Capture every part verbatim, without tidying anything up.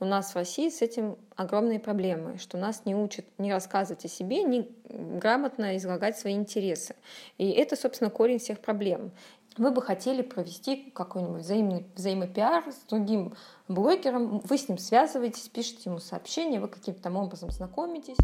у нас в России с этим огромные проблемы, что нас не учат не рассказывать о себе, не грамотно излагать свои интересы. И это, собственно, корень всех проблем. Вы бы хотели провести какой-нибудь взаимный взаимопиар с другим блогером, вы с ним связываетесь, пишете ему сообщения, вы каким-то там образом знакомитесь.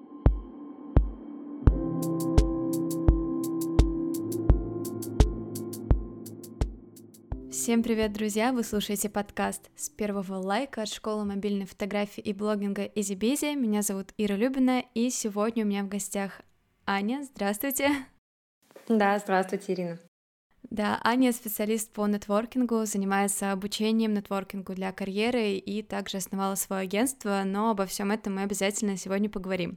Всем привет, друзья! Вы слушаете подкаст «С первого лайка» от школы мобильной фотографии и блогинга EasyBusy. Меня зовут Ира Любина, и сегодня у меня в гостях Аня. Здравствуйте! Да, здравствуйте, Ирина. Да, Аня специалист по нетворкингу, занимается обучением нетворкингу для карьеры и также основала свое агентство, но обо всем этом мы обязательно сегодня поговорим.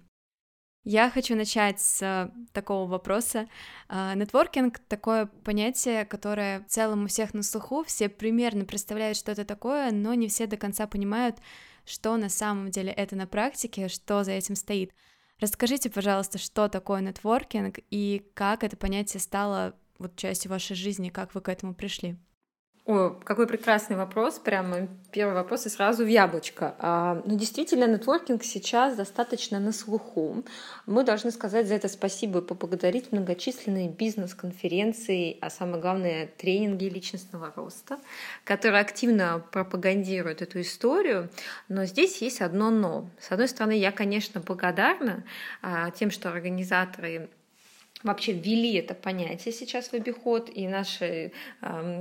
Я хочу начать с такого вопроса. Нетворкинг — такое понятие, которое в целом у всех на слуху, все примерно представляют, что это такое, но не все до конца понимают, что на самом деле это на практике, что за этим стоит. Расскажите, пожалуйста, что такое нетворкинг и как это понятие стало вот частью вашей жизни, как вы к этому пришли? Ой, какой прекрасный вопрос, прямо первый вопрос и сразу в яблочко. А, ну, действительно, нетворкинг сейчас достаточно на слуху. Мы должны сказать за это спасибо и поблагодарить многочисленные бизнес-конференции, а самое главное, тренинги личностного роста, которые активно пропагандируют эту историю. Но здесь есть одно «но». С одной стороны, я, конечно, благодарна а, тем, что организаторы вообще ввели это понятие сейчас в обиход, и наши э,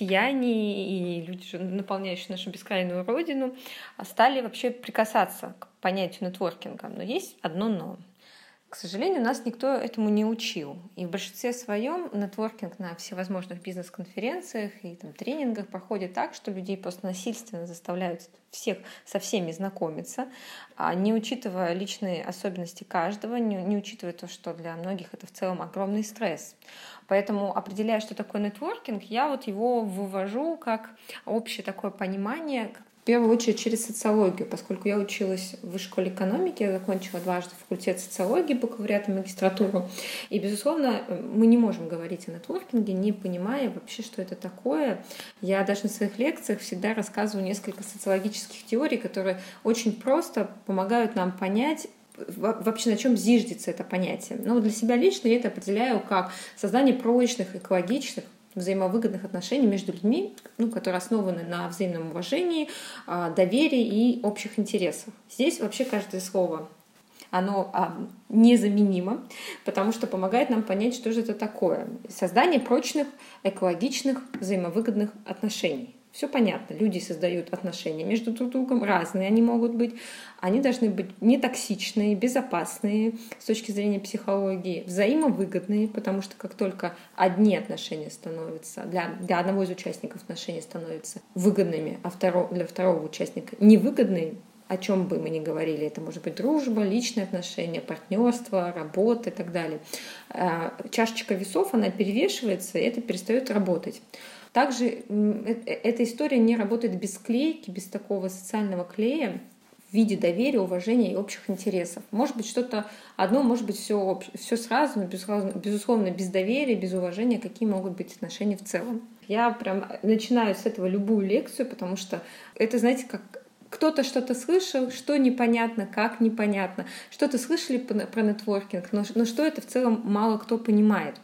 россияне, и люди, наполняющие нашу бескрайнюю родину, стали вообще прикасаться к понятию нетворкинга. Но есть одно «но». К сожалению, нас никто этому не учил. И в большинстве своем нетворкинг на всевозможных бизнес-конференциях и там, тренингах проходит так, что людей просто насильственно заставляют всех со всеми знакомиться, не учитывая личные особенности каждого, не, не учитывая то, что для многих это в целом огромный стресс. Поэтому, определяя, что такое нетворкинг, я вот его вывожу как общее такое понимание, в первую очередь через социологию, поскольку я училась в высшей школе экономики, я закончила дважды факультет социологии, бакалавриат и магистратуру. И, безусловно, мы не можем говорить о нетворкинге, не понимая вообще, что это такое. Я даже на своих лекциях всегда рассказываю несколько социологических теорий, которые очень просто помогают нам понять, вообще на чем зиждется это понятие. Но для себя лично я это определяю как создание прочных, экологичных, взаимовыгодных отношений между людьми, ну, которые основаны на взаимном уважении, доверии и общих интересах. Здесь вообще каждое слово, оно а, незаменимо, потому что помогает нам понять, что же это такое. Создание прочных, экологичных, взаимовыгодных отношений. Все понятно, люди создают отношения между друг другом, разные они могут быть, они должны быть нетоксичные, безопасные с точки зрения психологии, взаимовыгодные, потому что как только одни отношения становятся, для, для одного из участников отношения становятся выгодными, а второго, для второго участника невыгодные, о чем бы мы ни говорили, это может быть дружба, личные отношения, партнерство, работа и так далее. Чашечка весов, она перевешивается, и это перестает работать. Также эта история не работает без клейки, без такого социального клея в виде доверия, уважения и общих интересов. Может быть, что-то одно, может быть, все, все сразу, но безусловно, без доверия, без уважения, какие могут быть отношения в целом. Я прям начинаю с этого любую лекцию, потому что это, знаете, как кто-то что-то слышал, что непонятно, как непонятно. Что-то слышали про нетворкинг, но, но что это в целом мало кто понимает.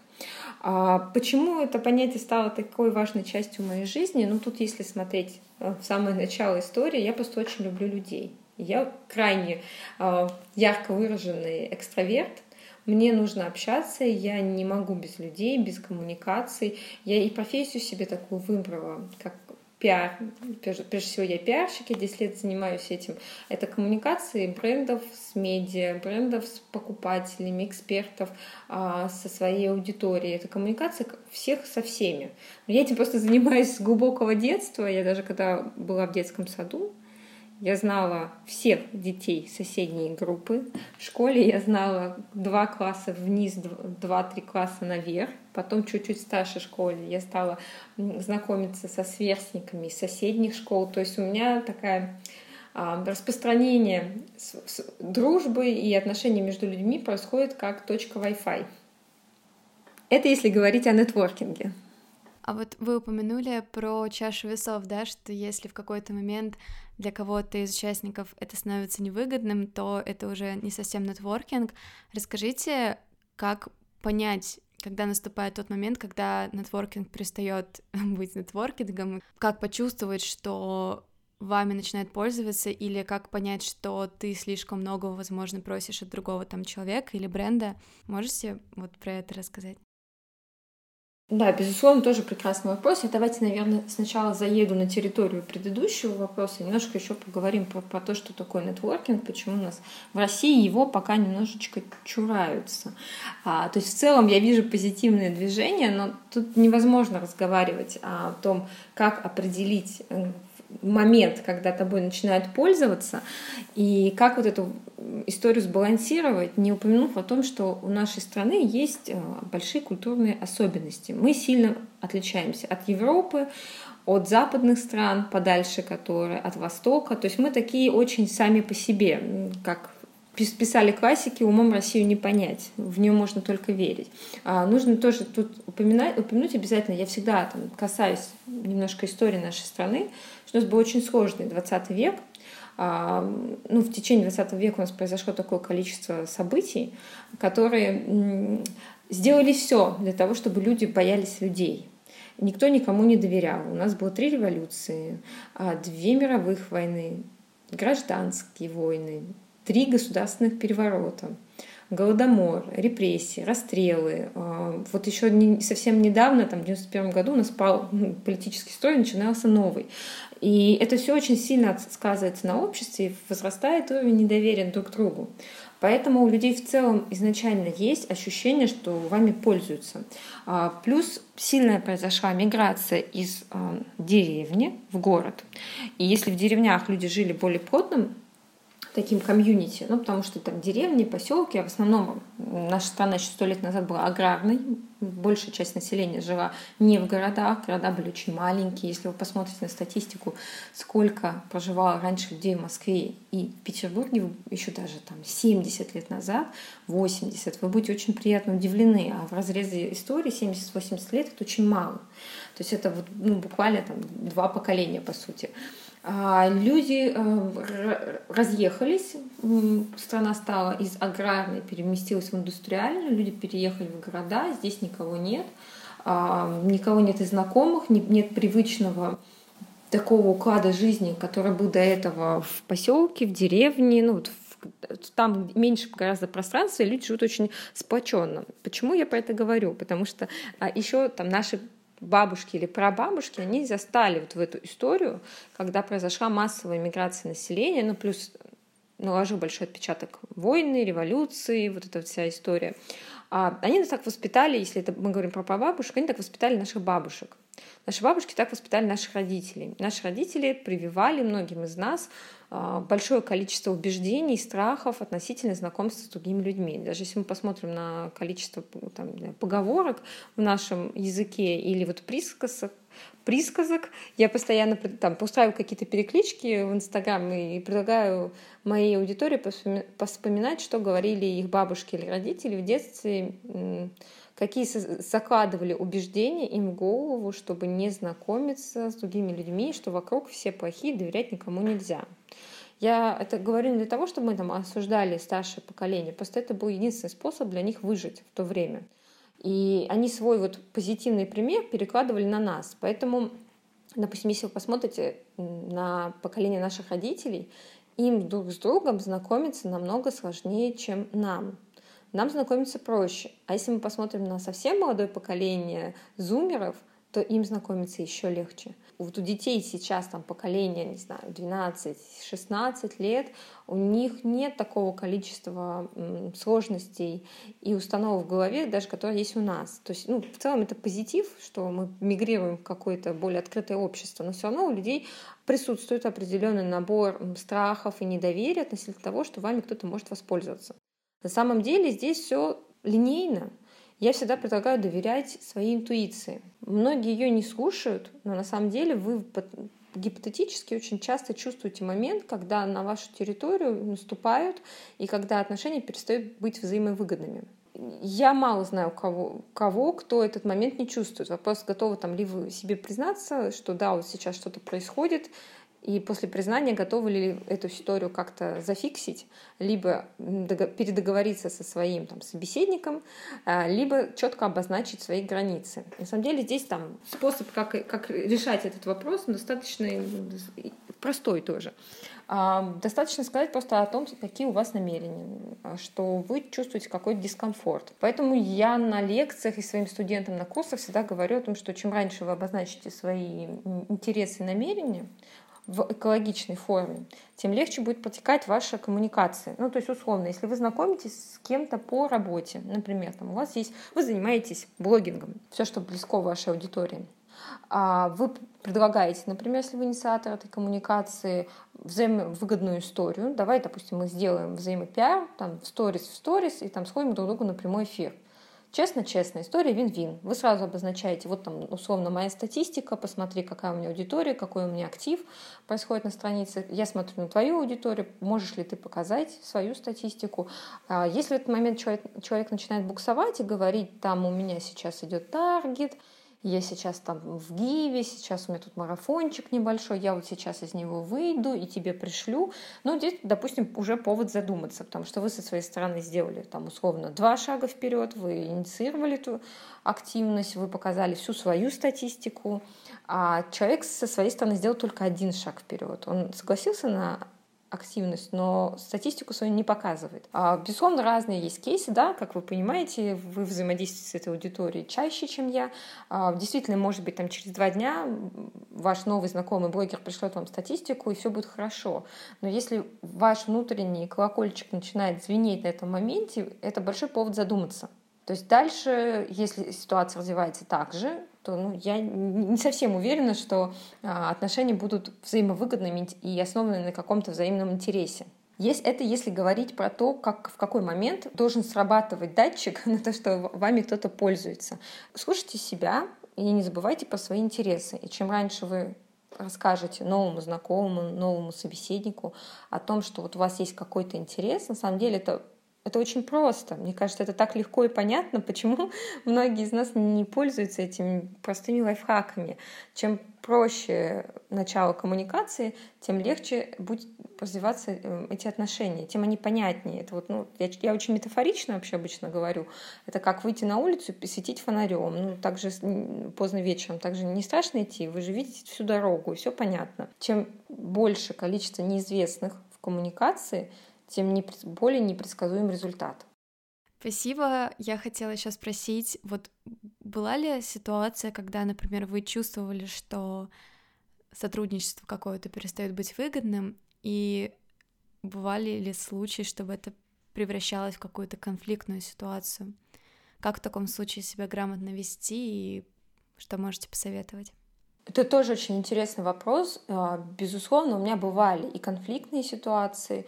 Почему это понятие стало такой важной частью моей жизни? Ну, тут, если смотреть в самое начало истории, я просто очень люблю людей. Я крайне ярко выраженный экстраверт. Мне нужно общаться, я не могу без людей, без коммуникаций. Я и профессию себе такую выбрала, как пиар. Прежде всего, я пиарщик, я десять лет занимаюсь этим. Это коммуникации брендов с медиа, брендов с покупателями, экспертов а, со своей аудиторией. Это коммуникация всех со всеми. Я этим просто занимаюсь с глубокого детства. Я даже когда была в детском саду, я знала всех детей соседней группы. В школе я знала два класса вниз, два-три класса наверх. Потом чуть-чуть старше школы я стала знакомиться со сверстниками из соседних школ. То есть у меня такое а, распространение с, с, дружбы и отношений между людьми происходит как точка Wi-Fi. Это если говорить о нетворкинге. А вот вы упомянули про чашу весов, да, что если в какой-то момент для кого-то из участников это становится невыгодным, то это уже не совсем нетворкинг. Расскажите, как понять, когда наступает тот момент, когда нетворкинг перестает быть нетворкингом, как почувствовать, что вами начинают пользоваться, или как понять, что ты слишком много, возможно, просишь от другого там человека или бренда. Можете вот про это рассказать? Да, безусловно, тоже прекрасный вопрос. Я давайте, наверное, сначала заеду на территорию предыдущего вопроса, немножко еще поговорим про, про то, что такое нетворкинг, почему у нас в России его пока немножечко чураются. А, то есть в целом я вижу позитивные движения, но тут невозможно разговаривать о том, как определить момент, когда тобой начинают пользоваться, и как вот эту историю сбалансировать, не упомянув о том, что у нашей страны есть большие культурные особенности. Мы сильно отличаемся от Европы, от западных стран, подальше которые, от Востока. То есть мы такие очень сами по себе, как писали классики, умом Россию не понять, в нее можно только верить. А, нужно тоже тут упоминать, упомянуть обязательно, я всегда там, касаюсь немножко истории нашей страны, что у нас был очень сложный двадцатый век. А, ну, в течение двадцатого века у нас произошло такое количество событий, которые м, сделали все для того, чтобы люди боялись людей. Никто никому не доверял. У нас было три революции, две мировых войны, гражданские войны, три государственных переворота, голодомор, репрессии, расстрелы. Вот еще не, совсем недавно, там, в девяносто первом году, у нас пал ну, политический строй, начинался новый. И это все очень сильно сказывается на обществе, и возрастает уровень недоверия друг к другу. Поэтому у людей в целом изначально есть ощущение, что вами пользуются. Плюс сильная произошла миграция из деревни в город. И если в деревнях люди жили более плотным таким комьюнити, ну, потому что там деревни, поселки, а в основном наша страна еще сто лет назад была аграрной, большая часть населения жила не в городах, города были очень маленькие. Если вы посмотрите на статистику, сколько проживало раньше людей в Москве и в Петербурге, еще даже там семьдесят лет назад, восемьдесят, вы будете очень приятно удивлены, а в разрезе истории семьдесят-восемьдесят лет это очень мало. То есть это вот, ну, буквально там два поколения, по сути. Люди разъехались, страна стала из аграрной, переместилась в индустриальную, люди переехали в города, здесь никого нет, никого нет из знакомых, нет привычного такого уклада жизни, который был до этого в поселке, в деревне, ну, вот там меньше гораздо пространства, и люди живут очень сплоченно. Почему я про это говорю? Потому что еще там наши бабушки или прабабушки, они застали вот в эту историю, когда произошла массовая миграция населения, ну плюс наложил большой отпечаток войны, революции, вот эта вся история. Они нас так воспитали, если это мы говорим про прабабушек, они так воспитали наших бабушек. Наши бабушки так воспитали наших родителей. Наши родители прививали многим из нас большое количество убеждений, страхов относительно знакомства с другими людьми. Даже если мы посмотрим на количество там, поговорок в нашем языке или вот присказок, присказок, я постоянно там, устраиваю какие-то переклички в Инстаграм и предлагаю моей аудитории поспоминать, что говорили их бабушки или родители в детстве, какие закладывали убеждения им в голову, чтобы не знакомиться с другими людьми, что вокруг все плохие, доверять никому нельзя. Я это говорю не для того, чтобы мы там осуждали старшее поколение, просто это был единственный способ для них выжить в то время. И они свой вот позитивный пример перекладывали на нас. Поэтому, допустим, если вы посмотрите на поколение наших родителей, им друг с другом знакомиться намного сложнее, чем нам. Нам знакомиться проще. А если мы посмотрим на совсем молодое поколение зумеров, то им знакомиться еще легче. Вот у детей сейчас там поколение, не знаю, двенадцать-шестнадцать лет, у них нет такого количества м, сложностей и установок в голове, даже которые есть у нас. То есть, ну, в целом это позитив, что мы мигрируем в какое-то более открытое общество, но все равно у людей присутствует определенный набор страхов и недоверия относительно того, что вами кто-то может воспользоваться. На самом деле здесь все линейно. Я всегда предлагаю доверять своей интуиции. Многие ее не слушают, но на самом деле вы гипотетически очень часто чувствуете момент, когда на вашу территорию наступают и когда отношения перестают быть взаимовыгодными. Я мало знаю кого, кого, кто этот момент не чувствует. Вопрос, готовы там ли вы себе признаться, что да, вот сейчас что-то происходит, И после признания готовы ли эту историю как-то зафиксить, либо передоговориться со своим там, собеседником, либо четко обозначить свои границы. На самом деле здесь там способ, как, как решать этот вопрос, достаточно простой тоже. Достаточно сказать просто о том, какие у вас намерения, что вы чувствуете какой-то дискомфорт. Поэтому я на лекциях и своим студентам на курсах всегда говорю о том, что чем раньше вы обозначите свои интересы и намерения в экологичной форме, тем легче будет протекать ваша коммуникация. Ну, то есть, условно, если вы знакомитесь с кем-то по работе, например, там, у вас есть, вы занимаетесь блогингом, все, что близко вашей аудитории, вы предлагаете, например, если вы инициатор этой коммуникации, взаимовыгодную историю. Давай, допустим, мы сделаем взаимопиар, там, в сторис в сторис, и там сходим друг к другу на прямой эфир. Честно-честно, история вин-вин. Вы сразу обозначаете, вот там, условно, моя статистика, посмотри, какая у меня аудитория, какой у меня актив происходит на странице. Я смотрю на твою аудиторию, можешь ли ты показать свою статистику. Если в этот момент человек, человек начинает буксовать и говорить, там у меня сейчас идет таргет, я сейчас там в Гиве, сейчас у меня тут марафончик небольшой, я вот сейчас из него выйду и тебе пришлю. Ну, здесь, допустим, уже повод задуматься, потому что вы со своей стороны сделали там условно два шага вперед, вы инициировали эту активность, вы показали всю свою статистику, а человек со своей стороны сделал только один шаг вперед. Он согласился на активность, но статистику свою не показывает. А, безусловно, разные есть кейсы, да, как вы понимаете, вы взаимодействуете с этой аудиторией чаще, чем я. А, действительно, может быть, там через два дня ваш новый знакомый блогер пришлет вам статистику, и все будет хорошо. Но если ваш внутренний колокольчик начинает звенеть на этом моменте, это большой повод задуматься. То есть дальше, если ситуация развивается так же, то ну, я не совсем уверена, что а, отношения будут взаимовыгодными и основаны на каком-то взаимном интересе. Есть это, если говорить про то, как, в какой момент должен срабатывать датчик на то, что вами кто-то пользуется. Слушайте себя и не забывайте про свои интересы. И чем раньше вы расскажете новому знакомому, новому собеседнику о том, что вот у вас есть какой-то интерес, на самом деле это Это очень просто. Мне кажется, это так легко и понятно, почему многие из нас не пользуются этими простыми лайфхаками. Чем проще начало коммуникации, тем легче будет развиваться эти отношения, тем они понятнее. Это вот, ну, я, я очень метафорично вообще обычно говорю. Это как выйти на улицу и светить фонарем. Ну, также поздно вечером, также не страшно идти, вы же видите всю дорогу, и все понятно. Чем больше количество неизвестных в коммуникации, тем не, более непредсказуем результат. Спасибо. Я хотела еще спросить, вот была ли ситуация, когда, например, вы чувствовали, что сотрудничество какое-то перестает быть выгодным, и бывали ли случаи, чтобы это превращалось в какую-то конфликтную ситуацию? Как в таком случае себя грамотно вести и что можете посоветовать? Это тоже очень интересный вопрос. Безусловно, у меня бывали и конфликтные ситуации,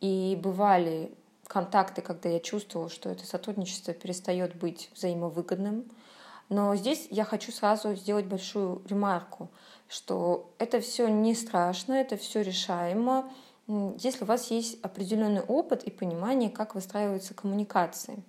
и бывали контакты, когда я чувствовала, что это сотрудничество перестает быть взаимовыгодным. Но здесь я хочу сразу сделать большую ремарку, что это все не страшно, это все решаемо, если у вас есть определенный опыт и понимание, как выстраиваются коммуникации.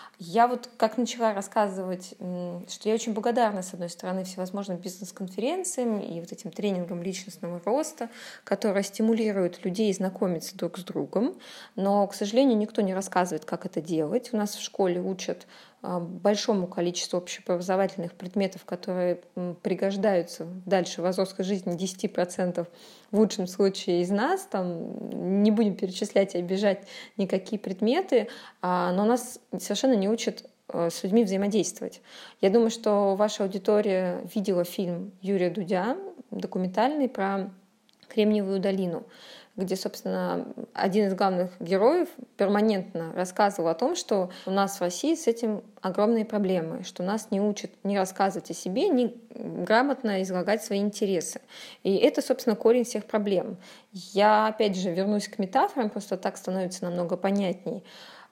Я вот как начала рассказывать, что я очень благодарна, с одной стороны, всевозможным бизнес-конференциям и вот этим тренингам личностного роста, которые стимулируют людей знакомиться друг с другом, но, к сожалению, никто не рассказывает, как это делать. У нас в школе учат большому количеству общеобразовательных предметов, которые пригождаются дальше в азовской жизни десять процентов в лучшем случае из нас. Там не будем перечислять и обижать никакие предметы, но нас совершенно не учат с людьми взаимодействовать. Я думаю, что ваша аудитория видела фильм Юрия Дудя, документальный про Кремниевую долину, где, собственно, один из главных героев перманентно рассказывал о том, что у нас в России с этим огромные проблемы, что нас не учат ни рассказывать о себе, ни грамотно излагать свои интересы. И это, собственно, корень всех проблем. Я, опять же, вернусь к метафорам, просто так становится намного понятней.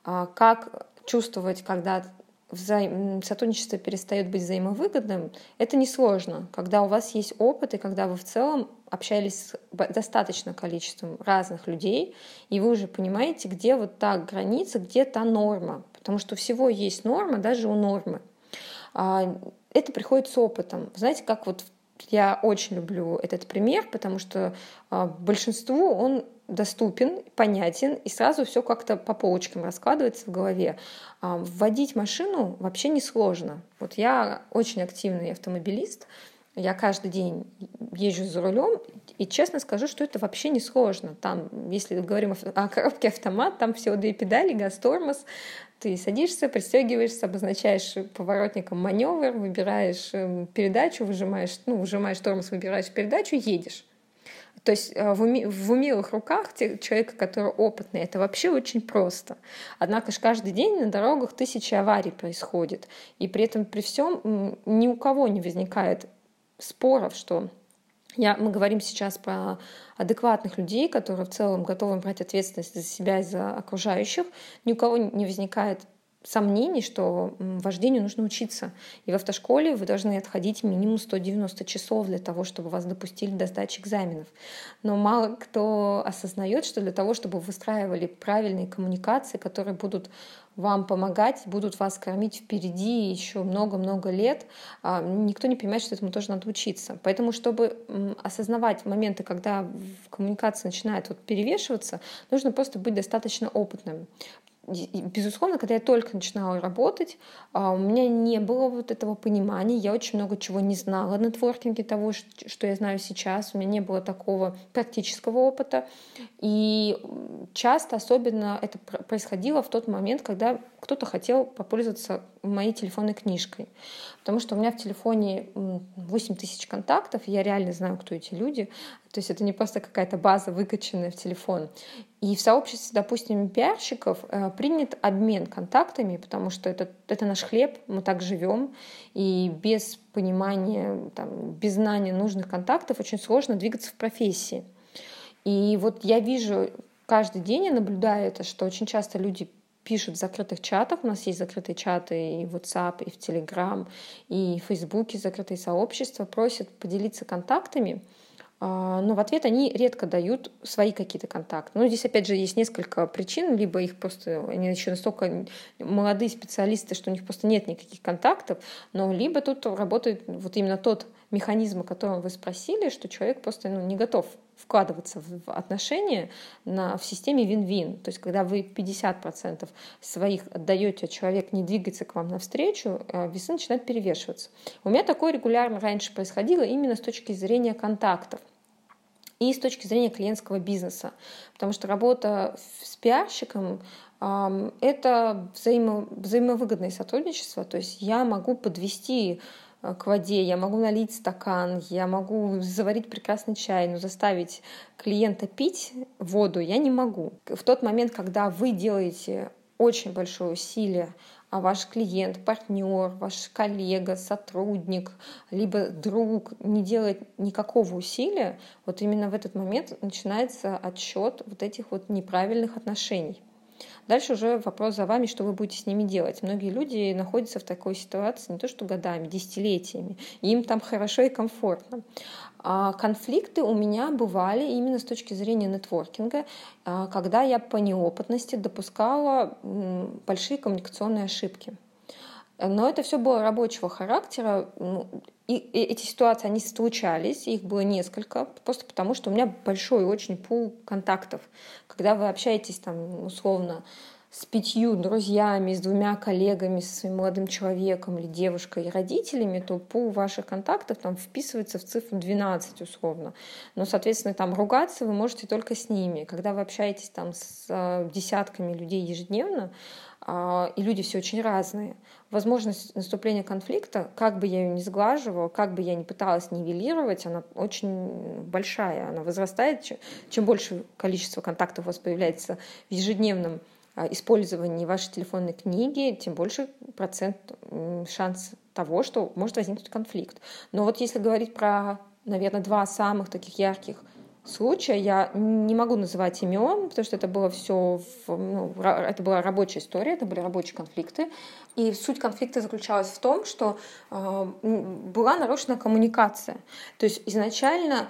Как чувствовать, когда взаим... сотрудничество перестает быть взаимовыгодным, это несложно. Когда у вас есть опыт, и когда вы в целом общались с достаточным количеством разных людей, и вы уже понимаете, где вот та граница, где та норма. Потому что у всего есть норма, даже у нормы. Это приходит с опытом. Знаете, как вот я очень люблю этот пример, потому что большинству он доступен, понятен, и сразу все как-то по полочкам раскладывается в голове. Вводить машину вообще несложно. Вот я очень активный автомобилист, я каждый день езжу за рулем, и честно скажу, что это вообще не сложно. Там, если говорим о коробке автомат, там всего две педали, газ, тормоз. Ты садишься, пристегиваешься, обозначаешь поворотником маневр, выбираешь передачу, выжимаешь, ну, выжимаешь тормоз, выбираешь передачу, едешь. То есть в, уме, в умелых руках человека, который опытный, это вообще очень просто. Однако же каждый день на дорогах тысячи аварий происходит. И при этом при всем ни у кого не возникает споров, что я, мы говорим сейчас про адекватных людей, которые в целом готовы брать ответственность за себя и за окружающих. Ни у кого не возникает сомнений, что вождению нужно учиться. И в автошколе вы должны отходить минимум сто девяносто часов для того, чтобы вас допустили до сдачи экзаменов. Но мало кто осознает, что для того, чтобы вы выстраивали правильные коммуникации, которые будут вам помогать, будут вас кормить впереди еще много-много лет, никто не понимает, что этому тоже надо учиться. Поэтому, чтобы осознавать моменты, когда коммуникация начинает вот перевешиваться, нужно просто быть достаточно опытным. Безусловно, когда я только начинала работать, у меня не было вот этого понимания, я очень много чего не знала о нетворкинге, того, что я знаю сейчас, у меня не было такого практического опыта, и часто особенно это происходило в тот момент, когда кто-то хотел попользоваться моей телефонной книжкой, потому что у меня в телефоне восемь тысяч контактов, и я реально знаю, кто эти люди, то есть это не просто какая-то база, выкачанная в телефон. И в сообществе, допустим, пиарщиков принят обмен контактами, потому что это, это наш хлеб, мы так живем, и без понимания, там, без знания нужных контактов очень сложно двигаться в профессии. И вот я вижу каждый день, я наблюдаю это, что очень часто люди пишут в закрытых чатах. У нас есть закрытые чаты и в WhatsApp, и в Telegram, и в Фейсбуке закрытые сообщества, просят поделиться контактами, но в ответ они редко дают свои какие-то контакты. Ну, здесь, опять же, есть несколько причин. Либо их просто, они еще настолько молодые специалисты, что у них просто нет никаких контактов, но либо тут работает вот именно тот механизм, о котором вы спросили, что человек просто ну, не готов вкладываться в отношения на, в системе вин-вин. То есть когда вы пятьдесят процентов своих отдаете, а человек не двигается к вам навстречу, весы начинают перевешиваться. У меня такое регулярно раньше происходило именно с точки зрения контактов и с точки зрения клиентского бизнеса. Потому что работа с пиарщиком — это взаимо, взаимовыгодное сотрудничество. То есть я могу подвести к воде, я могу налить стакан, я могу заварить прекрасный чай, но заставить клиента пить воду я не могу. В тот момент, когда вы делаете очень большое усилие, а ваш клиент, партнер, ваш коллега, сотрудник, либо друг не делает никакого усилия, вот именно в этот момент начинается отсчет вот этих вот неправильных отношений. Дальше уже вопрос за вами, что вы будете с ними делать. Многие люди находятся в такой ситуации не то что годами, десятилетиями. Им там хорошо и комфортно. А конфликты у меня бывали именно с точки зрения нетворкинга, когда я по неопытности допускала большие коммуникационные ошибки. Но это все было рабочего характера. И эти ситуации, они случались, их было несколько, просто потому что у меня большой очень пул контактов. Когда вы общаетесь там условно с пятью друзьями, с двумя коллегами, со своим молодым человеком или девушкой и родителями, то пул ваших контактов там вписывается в цифру двенадцать условно. Но, соответственно, там ругаться вы можете только с ними. Когда вы общаетесь там с десятками людей ежедневно, и люди все очень разные, возможность наступления конфликта, как бы я ее ни сглаживала, как бы я ни пыталась нивелировать, она очень большая, она возрастает. Чем больше количество контактов у вас появляется в ежедневном использовании вашей телефонной книги, тем больше процент шанс того, что может возникнуть конфликт. Но вот если говорить про, наверное, два самых таких ярких случая, я не могу называть имен, потому что это было все, ну, это была рабочая история, это были рабочие конфликты. И суть конфликта заключалась в том, что э, была нарушена коммуникация. То есть изначально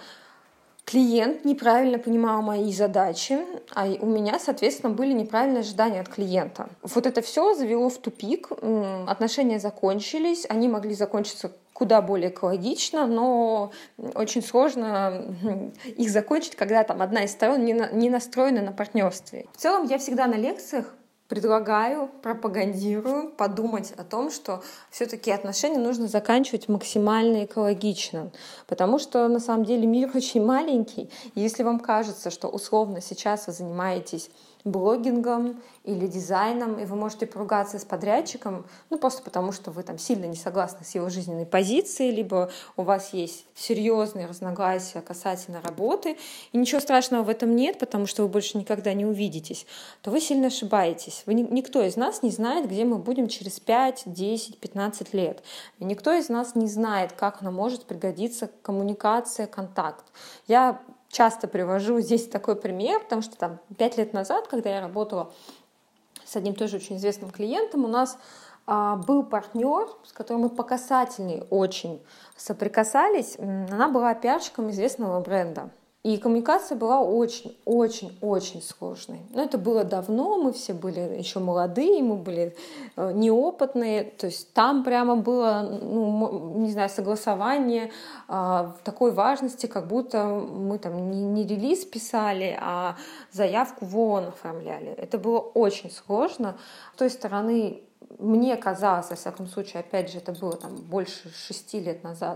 клиент неправильно понимал мои задачи, а у меня, соответственно, были неправильные ожидания от клиента. Вот это все завело в тупик, отношения закончились, они могли закончиться куда более экологично, но очень сложно их закончить, когда там одна из сторон не, на, не настроена на партнерстве. В целом я всегда на лекциях предлагаю, пропагандирую подумать о том, что все-таки отношения нужно заканчивать максимально экологично, потому что на самом деле мир очень маленький. И если вам кажется, что условно сейчас вы занимаетесь блогингом или дизайном, и вы можете поругаться с подрядчиком, ну просто потому, что вы там сильно не согласны с его жизненной позицией, либо у вас есть серьезные разногласия касательно работы, и ничего страшного в этом нет, потому что вы больше никогда не увидитесь, то вы сильно ошибаетесь. Вы, никто из нас не знает, где мы будем через пять, десять, пятнадцать лет. И никто из нас не знает, как нам может пригодиться коммуникация, контакт. Я часто привожу здесь такой пример, потому что там пять лет назад, когда я работала с одним тоже очень известным клиентом, у нас а, был партнер, с которым мы по касательной очень соприкасались. Она была пиарщиком известного бренда. И коммуникация была очень-очень-очень сложной. Но это было давно, мы все были еще молодые, мы были неопытные. То есть там прямо было, ну, не знаю, согласование а, такой важности, как будто мы там не, не релиз писали, а заявку в ООН оформляли. Это было очень сложно. С той стороны, мне казалось, во всяком случае, опять же, это было там больше шести лет назад,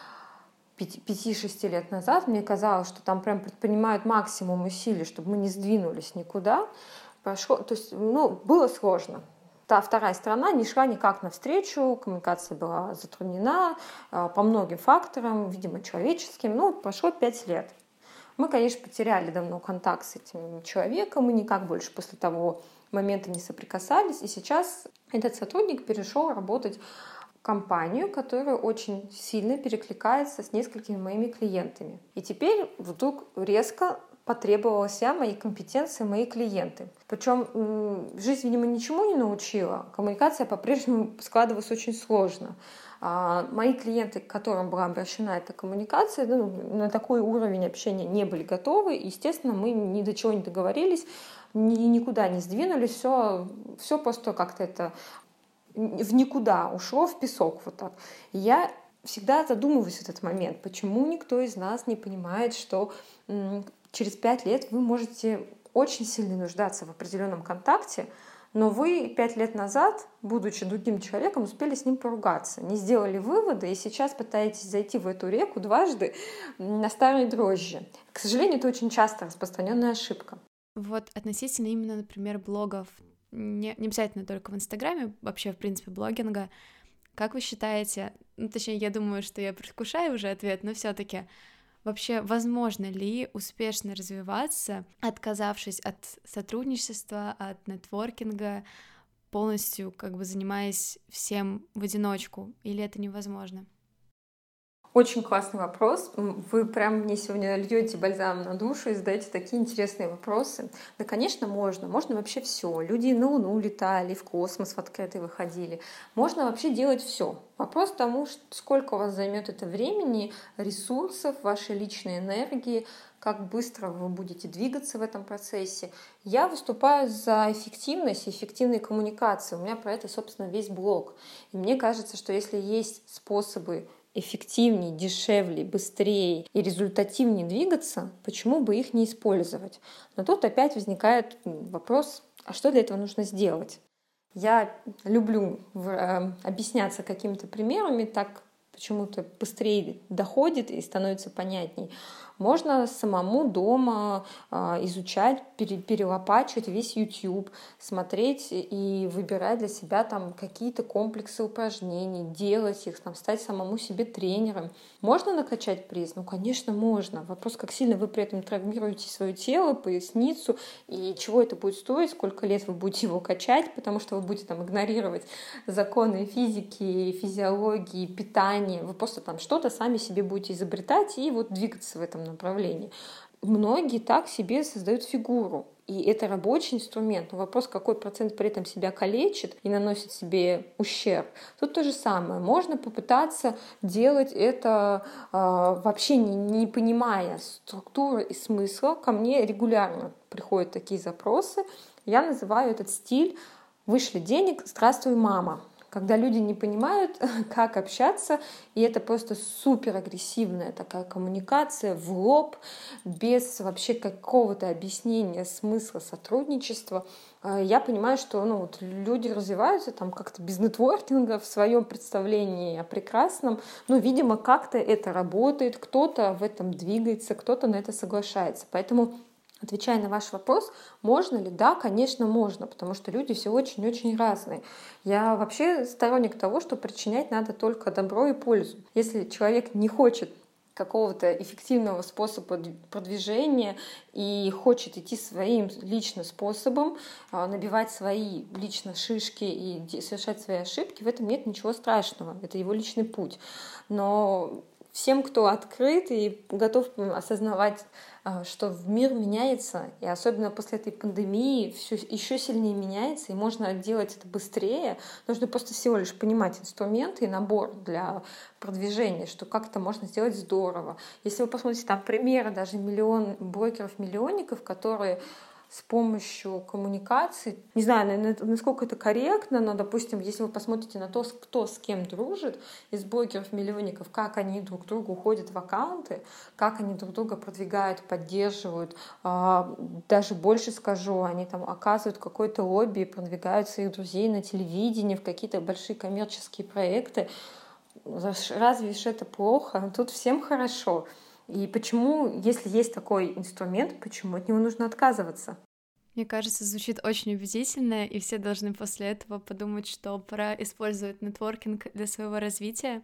пяти-шести лет назад, мне казалось, что там прям предпринимают максимум усилий, чтобы мы не сдвинулись никуда. Прошло, то есть, ну, было сложно. Та вторая сторона не шла никак навстречу, коммуникация была затруднена по многим факторам, видимо, человеческим. Ну, прошло пять лет. Мы, конечно, потеряли давно контакт с этим человеком, мы никак больше после того момента не соприкасались. И сейчас этот сотрудник перешел работать компанию, которая очень сильно перекликается с несколькими моими клиентами. И теперь вдруг резко потребовалась я, мои компетенции, мои клиенты. Причем жизнь, видимо, ничему не научила. Коммуникация по-прежнему складывалась очень сложно. А мои клиенты, к которым была обращена эта коммуникация, ну, на такой уровень общения не были готовы. И, естественно, мы ни до чего не договорились, ни, никуда не сдвинулись. Все, все просто как-то это в никуда ушло, в песок вот так. И я всегда задумываюсь в этот момент, почему никто из нас не понимает, что м, через пять лет вы можете очень сильно нуждаться в определенном контакте, но вы пять лет назад, будучи другим человеком, успели с ним поругаться, не сделали выводы и сейчас пытаетесь зайти в эту реку дважды на старые дрожжи. К сожалению, это очень часто распространенная ошибка. Вот относительно именно, например, блогов, Не, не обязательно только в Инстаграме, вообще, в принципе, блогинга. Как вы считаете, ну, точнее, я думаю, что я предвкушаю уже ответ, но все-таки вообще возможно ли успешно развиваться, отказавшись от сотрудничества, от нетворкинга, полностью как бы занимаясь всем в одиночку, или это невозможно? Очень классный вопрос. Вы прям мне сегодня льете бальзам на душу и задаете такие интересные вопросы. Да, конечно, можно. Можно вообще все. Люди на Луну летали, в космос в открытый выходили. Можно вообще делать все. Вопрос тому, сколько у вас займет это времени, ресурсов, вашей личной энергии, как быстро вы будете двигаться в этом процессе. Я выступаю за эффективность и эффективную коммуникацию. У меня про это, собственно, весь блог. И мне кажется, что если есть способы эффективнее, дешевле, быстрее и результативнее двигаться, почему бы их не использовать? Но тут опять возникает вопрос, а что для этого нужно сделать? Я люблю объясняться какими-то примерами, так почему-то быстрее доходит и становится понятней. Можно самому дома изучать, перелопачивать весь YouTube, смотреть и выбирать для себя там какие-то комплексы упражнений, делать их, там, стать самому себе тренером. Можно накачать пресс? Ну, конечно, можно. Вопрос, как сильно вы при этом травмируете свое тело, поясницу, и чего это будет стоить, сколько лет вы будете его качать, потому что вы будете там игнорировать законы физики, физиологии, питания. Вы просто там что-то сами себе будете изобретать и вот двигаться в этом направлении. Многие так себе создают фигуру. И это рабочий инструмент. Но вопрос, какой процент при этом себя калечит и наносит себе ущерб. Тут то же самое. Можно попытаться делать это э, вообще не, не понимая структуры и смысла. Ко мне регулярно приходят такие запросы. Я называю этот стиль «вышли денег, здравствуй, мама». когда люди не понимают, как общаться, и это просто супер агрессивная такая коммуникация в лоб, без вообще какого-то объяснения смысла сотрудничества. Я понимаю, что ну, вот люди развиваются там как-то без нетворкинга в своем представлении о прекрасном. Ну, видимо, как-то это работает, кто-то в этом двигается, кто-то на это соглашается. Поэтому, отвечая на ваш вопрос, можно ли? Да, конечно, можно, потому что люди все очень-очень разные. Я вообще сторонник того, что причинять надо только добро и пользу. Если человек не хочет какого-то эффективного способа продвижения и хочет идти своим личным способом, набивать свои лично шишки и совершать свои ошибки, в этом нет ничего страшного. Это его личный путь. Но всем, кто открыт и готов осознавать, что мир меняется, и особенно после этой пандемии все еще сильнее меняется, и можно делать это быстрее, нужно просто всего лишь понимать инструменты и набор для продвижения, что как это можно сделать здорово. Если вы посмотрите там примеры даже миллион блогеров-миллионников, которые с помощью коммуникации, не знаю, насколько это корректно, но, допустим, если вы посмотрите на то, кто с кем дружит, из блогеров-миллионников, как они друг к другу уходят в аккаунты, как они друг друга продвигают, поддерживают, даже больше скажу, они там оказывают какое-то лобби, продвигают своих друзей на телевидении, в какие-то большие коммерческие проекты. Разве ж это плохо? Тут всем хорошо. И почему, если есть такой инструмент, почему от него нужно отказываться? Мне кажется, звучит очень убедительно, и все должны после этого подумать, что пора использовать нетворкинг для своего развития.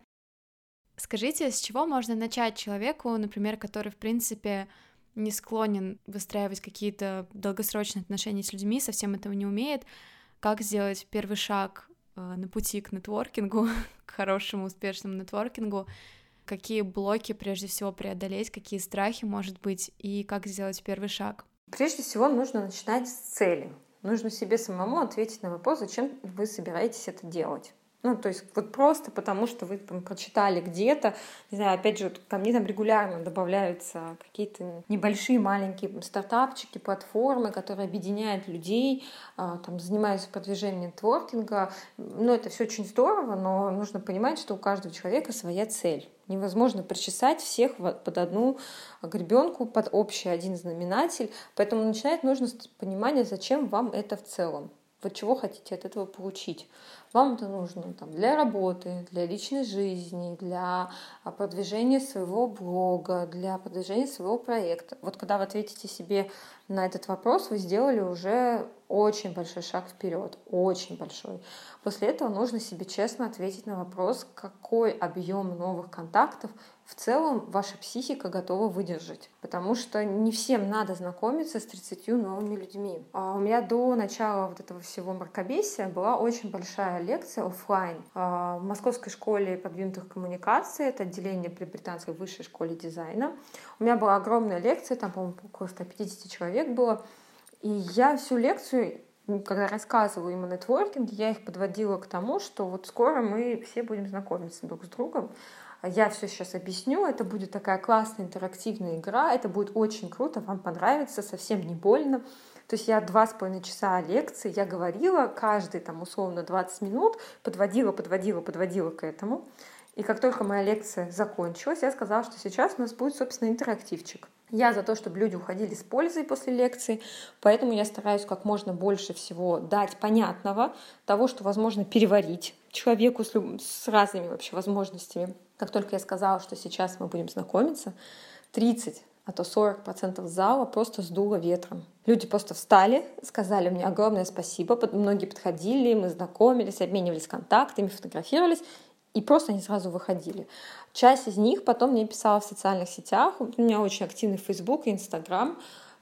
Скажите, с чего можно начать человеку, например, который, в принципе, не склонен выстраивать какие-то долгосрочные отношения с людьми, совсем этого не умеет, как сделать первый шаг на пути к нетворкингу, к хорошему, успешному нетворкингу, какие блоки прежде всего преодолеть, какие страхи, может быть, и как сделать первый шаг? Прежде всего нужно начинать с цели. Нужно себе самому ответить на вопрос, зачем вы собираетесь это делать. Ну, то есть вот просто потому, что вы там прочитали где-то, не знаю, опять же, ко мне там регулярно добавляются какие-то небольшие маленькие стартапчики, платформы, которые объединяют людей, там, занимаются продвижением нетворкинга. Ну, это все очень здорово, но нужно понимать, что у каждого человека своя цель. Невозможно причесать всех под одну гребенку, под общий один знаменатель. Поэтому начинать нужно с понимания, зачем вам это в целом. Вы чего хотите от этого получить? Вам это нужно там, для работы, для личной жизни, для продвижения своего блога, для продвижения своего проекта. Вот когда вы ответите себе на этот вопрос, вы сделали уже очень большой шаг вперед, очень большой. После этого нужно себе честно ответить на вопрос, какой объем новых контактов в целом ваша психика готова выдержать. Потому что не всем надо знакомиться с тридцатью новыми людьми. А у меня до начала вот этого всего мракобесия была очень большая лекция офлайн в Московской школе продвинутых коммуникаций, это отделение при Британской высшей школе дизайна. У меня была огромная лекция, там, по-моему, около ста пятидесяти человек было. И я всю лекцию, когда рассказывала им о нетворкинге, я их подводила к тому, что вот скоро мы все будем знакомиться друг с другом. Я все сейчас объясню, это будет такая классная интерактивная игра, это будет очень круто, вам понравится, совсем не больно. То есть я два с половиной часа лекции, я говорила каждые там условно двадцать минут, подводила, подводила, подводила к этому. И как только моя лекция закончилась, я сказала, что сейчас у нас будет, собственно, интерактивчик. Я за то, чтобы люди уходили с пользой после лекции, поэтому я стараюсь как можно больше всего дать понятного, того, что возможно переварить человеку с, люб... с разными вообще возможностями. Как только я сказала, что сейчас мы будем знакомиться, тридцать, а то сорок процентов зала просто сдуло ветром. Люди просто встали, сказали мне огромное спасибо, многие подходили, мы знакомились, обменивались контактами, фотографировались, и просто они сразу выходили. Часть из них потом мне писала в социальных сетях, у меня очень активный Facebook и Instagram,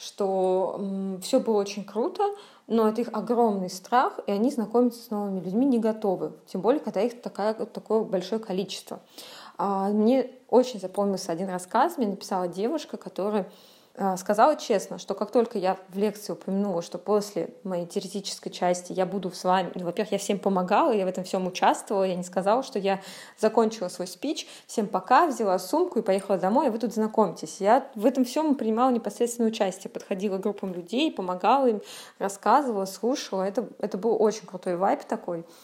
что м, все было очень круто, но это их огромный страх, и они знакомиться с новыми людьми не готовы, тем более, когда их такая, такое большое количество. А, мне очень запомнился один рассказ, мне написала девушка, которая сказала честно, что как только я в лекции упомянула, что после моей теоретической части я буду с вами, ну, во-первых, я всем помогала, я в этом всем участвовала, я не сказала, что я закончила свой спич, всем пока, взяла сумку и поехала домой, и вы тут знакомитесь. Я в этом всем принимала непосредственное участие, подходила к группам людей, помогала им, рассказывала, слушала. Это, это был очень крутой вайб такой.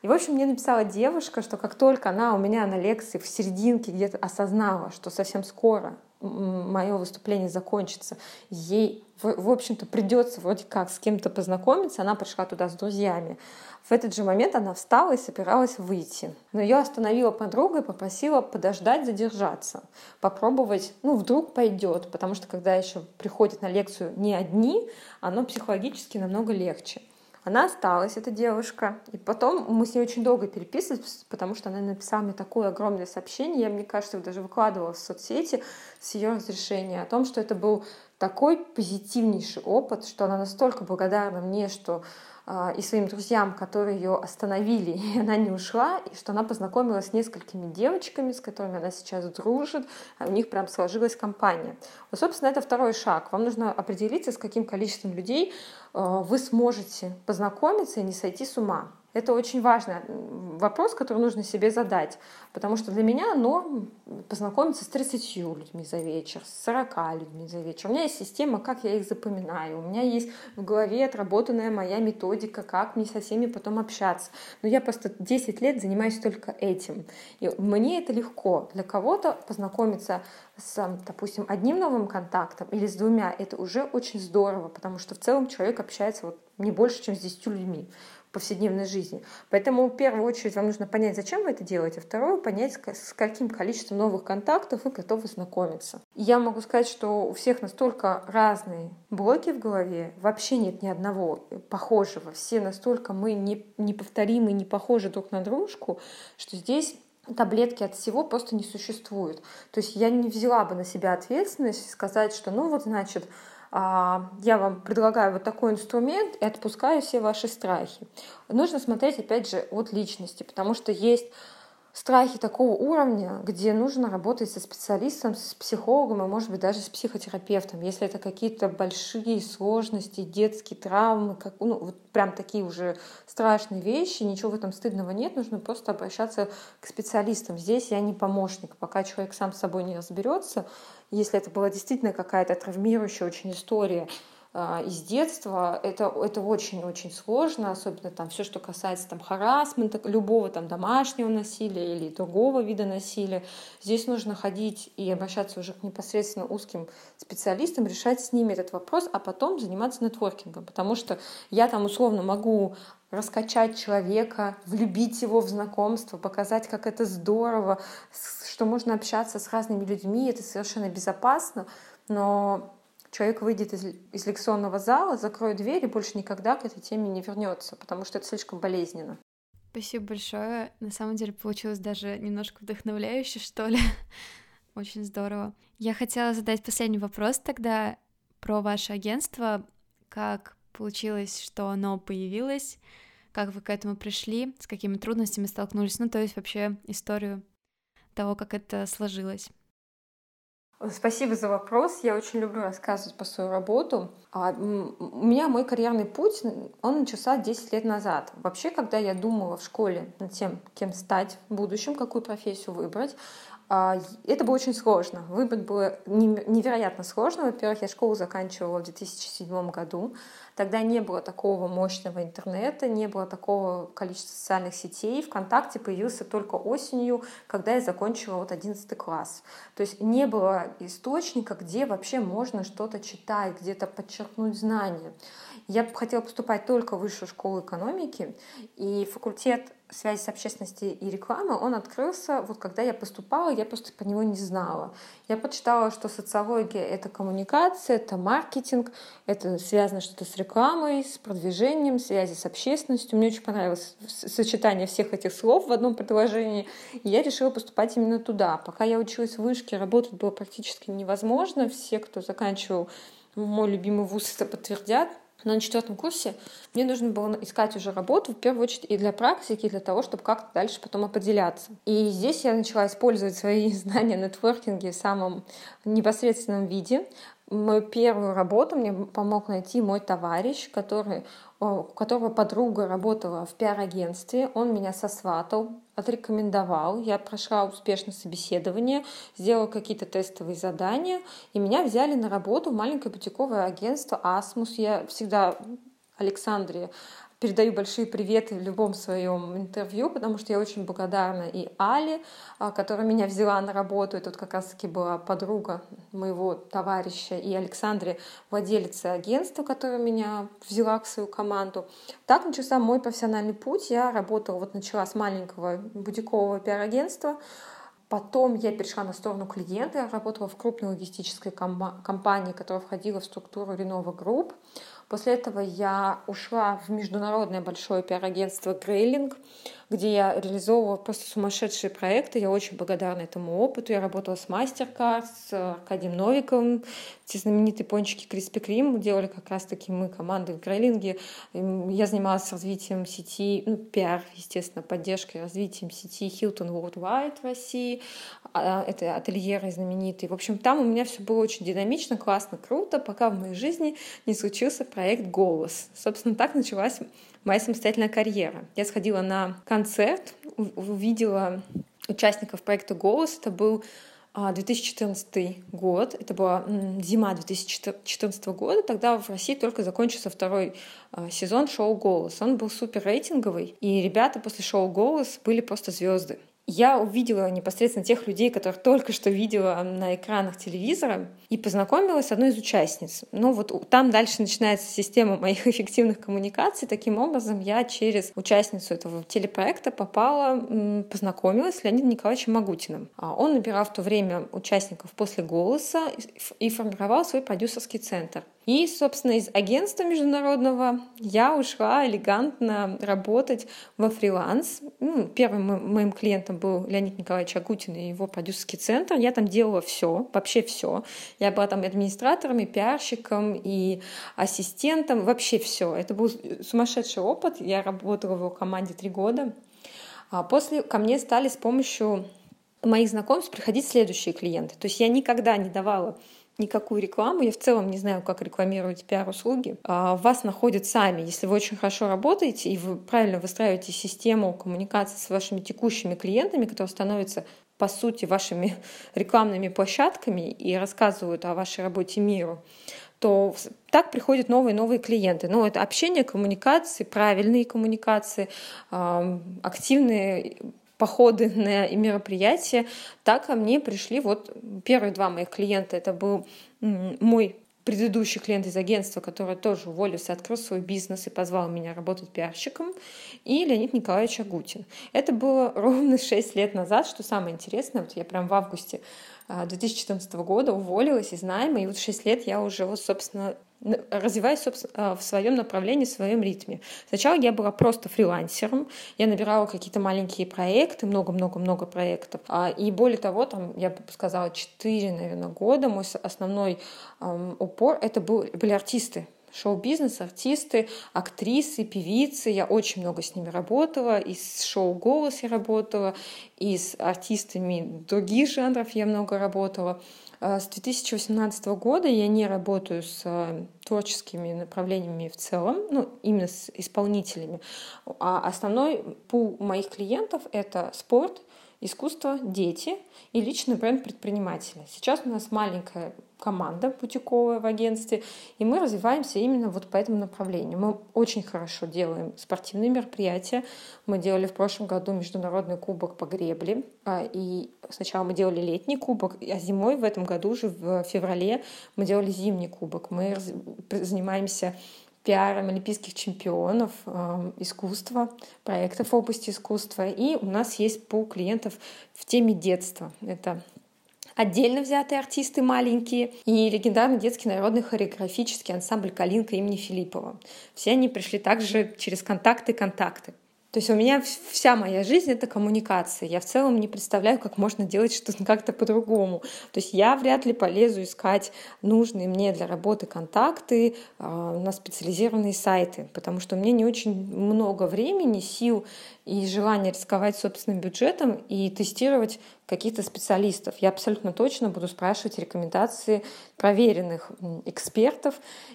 И, в общем, мне написала девушка, что как только она у меня на лекции в серединке где-то осознала, что совсем скоро мое выступление закончится, ей, в общем-то, придется вроде как с кем-то познакомиться, она пришла туда с друзьями. В этот же момент она встала и собиралась выйти. Но ее остановила подруга и попросила подождать, задержаться, попробовать, ну, вдруг пойдет, потому что когда еще приходят на лекцию не одни, оно психологически намного легче. Она осталась, эта девушка, и потом мы с ней очень долго переписывались, потому что она написала мне такое огромное сообщение, я, мне кажется, даже выкладывала в соцсети с ее разрешения о том, что это был такой позитивнейший опыт, что она настолько благодарна мне, что и своим друзьям, которые ее остановили, и она не ушла, и что она познакомилась с несколькими девочками, с которыми она сейчас дружит, а у них прям сложилась компания. Вот, собственно, это второй шаг. Вам нужно определиться, с каким количеством людей вы сможете познакомиться и не сойти с ума. Это очень важный вопрос, который нужно себе задать, потому что для меня норм познакомиться с тридцатью людьми за вечер, с сорока людьми за вечер. У меня есть система, как я их запоминаю, у меня есть в голове отработанная моя методика, как мне со всеми потом общаться. Но я просто десять лет занимаюсь только этим, и мне это легко. Для кого-то познакомиться с, допустим, одним новым контактом или с двумя, это уже очень здорово, потому что в целом человек общается вот не больше, чем с десятью людьми в повседневной жизни. Поэтому в первую очередь вам нужно понять, зачем вы это делаете, а второе — понять, с каким количеством новых контактов вы готовы знакомиться. И я могу сказать, что у всех настолько разные блоки в голове, вообще нет ни одного похожего. Все настолько мы не, неповторимы, не похожи друг на дружку, что здесь таблетки от всего просто не существует. То есть я не взяла бы на себя ответственность сказать, что ну вот, значит, я вам предлагаю вот такой инструмент и отпускаю все ваши страхи. Нужно смотреть, опять же, от личности, потому что есть страхи такого уровня, где нужно работать со специалистом, с психологом и, может быть, даже с психотерапевтом. Если это какие-то большие сложности, детские травмы, как, ну, вот прям такие уже страшные вещи, ничего в этом стыдного нет, нужно просто обращаться к специалистам. Здесь я не помощник. Пока человек сам с собой не разберется, если это была действительно какая-то травмирующая очень история из детства, это, это очень-очень сложно, особенно там все, что касается там харассмента, любого там домашнего насилия или другого вида насилия. Здесь нужно ходить и обращаться уже к непосредственно узким специалистам, решать с ними этот вопрос, а потом заниматься нетворкингом, потому что я там условно могу раскачать человека, влюбить его в знакомство, показать, как это здорово, что можно общаться с разными людьми, это совершенно безопасно, но человек выйдет из, из лекционного зала, закроет дверь и больше никогда к этой теме не вернется, потому что это слишком болезненно. Спасибо большое. На самом деле получилось даже немножко вдохновляюще, что ли. Очень здорово. Я хотела задать последний вопрос тогда про ваше агентство. Как получилось, что оно появилось? Как вы к этому пришли? С какими трудностями столкнулись? Ну, то есть вообще историю того, как это сложилось. Спасибо за вопрос. Я очень люблю рассказывать про свою работу. У меня мой карьерный путь, он начался десять лет назад. Вообще, когда я думала в школе над тем, кем стать в будущем, какую профессию выбрать, это было очень сложно. Выбрать было невероятно сложно. Во-первых, я школу заканчивала в две тысячи седьмом году. Тогда не было такого мощного интернета, не было такого количества социальных сетей. ВКонтакте появился только осенью, когда я закончила вот одиннадцатый класс. То есть не было источника, где вообще можно что-то читать, где-то подчеркнуть знания. Я хотела поступать только в высшую школу экономики, и факультет связи с общественностью и рекламы, он открылся, вот когда я поступала, я просто про него не знала. Я почитала, что социология — это коммуникация, это маркетинг, это связано что-то с рекламой, с продвижением, связи с общественностью. Мне очень понравилось сочетание всех этих слов в одном предложении, и я решила поступать именно туда. Пока я училась в вышке, работать было практически невозможно. Все, кто заканчивал мой любимый вуз, это подтвердят. Но на четвертом курсе мне нужно было искать уже работу, в первую очередь и для практики, и для того, чтобы как-то дальше потом определяться. И здесь я начала использовать свои знания нетворкинге в самом непосредственном виде. Мою первую работу мне помог найти мой товарищ, который, у которого подруга работала в пиар-агентстве. Он меня сосватал, отрекомендовал. Я прошла успешно собеседование, сделала какие-то тестовые задания, и меня взяли на работу в маленькое бутиковое агентство «Асмус». Я всегда Александре передаю большие приветы в любом своем интервью, потому что я очень благодарна и Але, которая меня взяла на работу. Это вот как раз-таки была подруга моего товарища, и Александре, владелице агентства, которая меня взяла в свою команду. Так начался мой профессиональный путь. Я работала, вот начала с маленького бутикового пиар-агентства. Потом я перешла на сторону клиента. Я работала в крупной логистической компании, которая входила в структуру Renova Group. После этого я ушла в международное большое пиар-агентство Грейлинг, где я реализовывала просто сумасшедшие проекты. Я очень благодарна этому опыту. Я работала с MasterCard, с Аркадием Новиковым, те знаменитые пончики Krispy Kreme. Делали как раз-таки мы команды в Грейлинге. Я занималась развитием сети, ну, пиар, естественно, поддержкой, развитием сети Hilton Worldwide в России. Это ательеры знаменитые. В общем, там у меня все было очень динамично, классно, круто, пока в моей жизни не случился проект «Голос». Собственно, так началась моя самостоятельная карьера. Я сходила на концерт, увидела участников проекта «Голос». Это был две тысячи четырнадцатый год, это была зима две тысячи четырнадцатого года, тогда в России только закончился второй сезон шоу «Голос». Он был супер рейтинговый, и ребята после шоу «Голос» были просто звезды. Я увидела непосредственно тех людей, которых только что видела на экранах телевизора, и познакомилась с одной из участниц. Ну вот там дальше начинается система моих эффективных коммуникаций. Таким образом, я через участницу этого телепроекта попала, познакомилась с Леонидом Николаевичем Магутиным. Он набирал в то время участников после «Голоса» и формировал свой продюсерский центр. И, собственно, из агентства международного я ушла элегантно работать во фриланс. Ну, первым моим клиентом был Леонид Николаевич Агутин и его продюсерский центр. Я там делала все, вообще все. Я была там администратором, и пиарщиком, и ассистентом, вообще все. Это был сумасшедший опыт. Я работала в его команде три года. А после ко мне стали с помощью моих знакомств приходить следующие клиенты. То есть я никогда не давала никакую рекламу. Я в целом не знаю, как рекламировать пиар-услуги. А вас находят сами. Если вы очень хорошо работаете и вы правильно выстраиваете систему коммуникации с вашими текущими клиентами, которые становятся, по сути, вашими рекламными площадками и рассказывают о вашей работе миру, то так приходят новые и новые клиенты. Но это общение, коммуникации, правильные коммуникации, активные походы на мероприятия. Так ко мне пришли вот первые два моих клиента. Это был мой предыдущий клиент из агентства, который тоже уволился, открыл свой бизнес и позвал меня работать пиарщиком, и Леонид Николаевич Агутин. Это было ровно шесть лет назад, что самое интересное. Вот я прям в августе две тысячи четырнадцатого года уволилась из найма, и вот шесть лет я уже, вот, собственно, развиваюсь собственно, в своем направлении, в своем ритме. Сначала я была просто фрилансером, я набирала какие-то маленькие проекты, много-много-много проектов. И более того, там, я бы сказала, четыре, наверное, года мой основной эм, упор — это был, были артисты. Шоу-бизнес, артисты, актрисы, певицы. Я очень много с ними работала. И с шоу «Голос» я работала, и с артистами других жанров я много работала. С две тысячи восемнадцатого года я не работаю с творческими направлениями в целом, ну, именно с исполнителями. А основной пул моих клиентов — это спорт, искусство, дети и личный бренд предпринимателя. Сейчас у нас маленькая команда бутиковая в агентстве, и мы развиваемся именно вот по этому направлению. Мы очень хорошо делаем спортивные мероприятия. Мы делали в прошлом году международный кубок по гребле, и сначала мы делали летний кубок, а зимой в этом году уже в феврале мы делали зимний кубок. Мы занимаемся пиаром олимпийских чемпионов, э, искусства, проектов в области искусства. И у нас есть пул клиентов в теме детства. Это отдельно взятые артисты маленькие и легендарный детский народный хореографический ансамбль «Калинка» имени Филиппова. Все они пришли также через контакты-контакты. То есть у меня вся моя жизнь — это коммуникация. Я в целом не представляю, как можно делать что-то как-то по-другому. То есть я вряд ли полезу искать нужные мне для работы контакты э, на специализированные сайты, потому что у меня не очень много времени, сил и желания рисковать собственным бюджетом и тестировать каких-то специалистов. Я абсолютно точно буду спрашивать рекомендации проверенных экспертов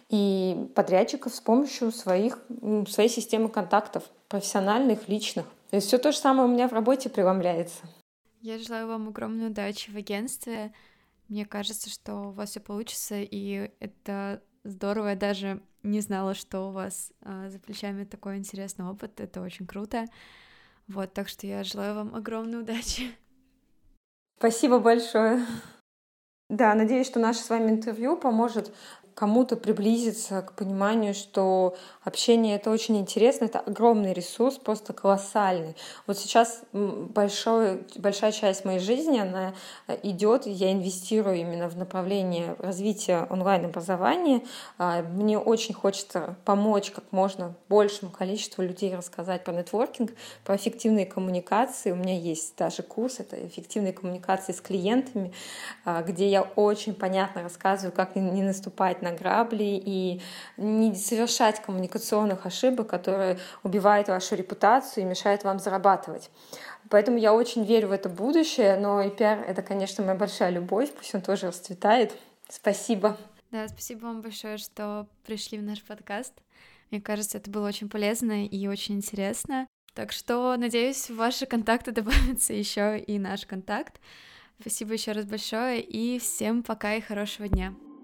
и подрядчиков с помощью своих, своей системы контактов, профессиональных, личных. То есть все то же самое у меня в работе преломляется. Я желаю вам огромной удачи в агентстве. Мне кажется, что у вас все получится, и это здорово. Я даже не знала, что у вас а, за плечами такой интересный опыт, это очень круто. Вот, так что я желаю вам огромной удачи. Спасибо большое. Да, надеюсь, что наше с вами интервью поможет кому-то приблизиться к пониманию, что общение — это очень интересно, это огромный ресурс, просто колоссальный. Вот сейчас большой, большая часть моей жизни, она идет, я инвестирую именно в направление развития онлайн-образования. Мне очень хочется помочь как можно большему количеству людей рассказать про нетворкинг, про эффективные коммуникации. У меня есть даже курс, это эффективные коммуникации с клиентами, где я очень понятно рассказываю, как не наступать на грабли и не совершать коммуникационных ошибок, которые убивают вашу репутацию и мешают вам зарабатывать. Поэтому я очень верю в это будущее, но и пиар — это, конечно, моя большая любовь, пусть он тоже расцветает. Спасибо. Да, спасибо вам большое, что пришли в наш подкаст. Мне кажется, это было очень полезно и очень интересно. Так что, надеюсь, в ваши контакты добавится еще и наш контакт. Спасибо еще раз большое, и всем пока и хорошего дня.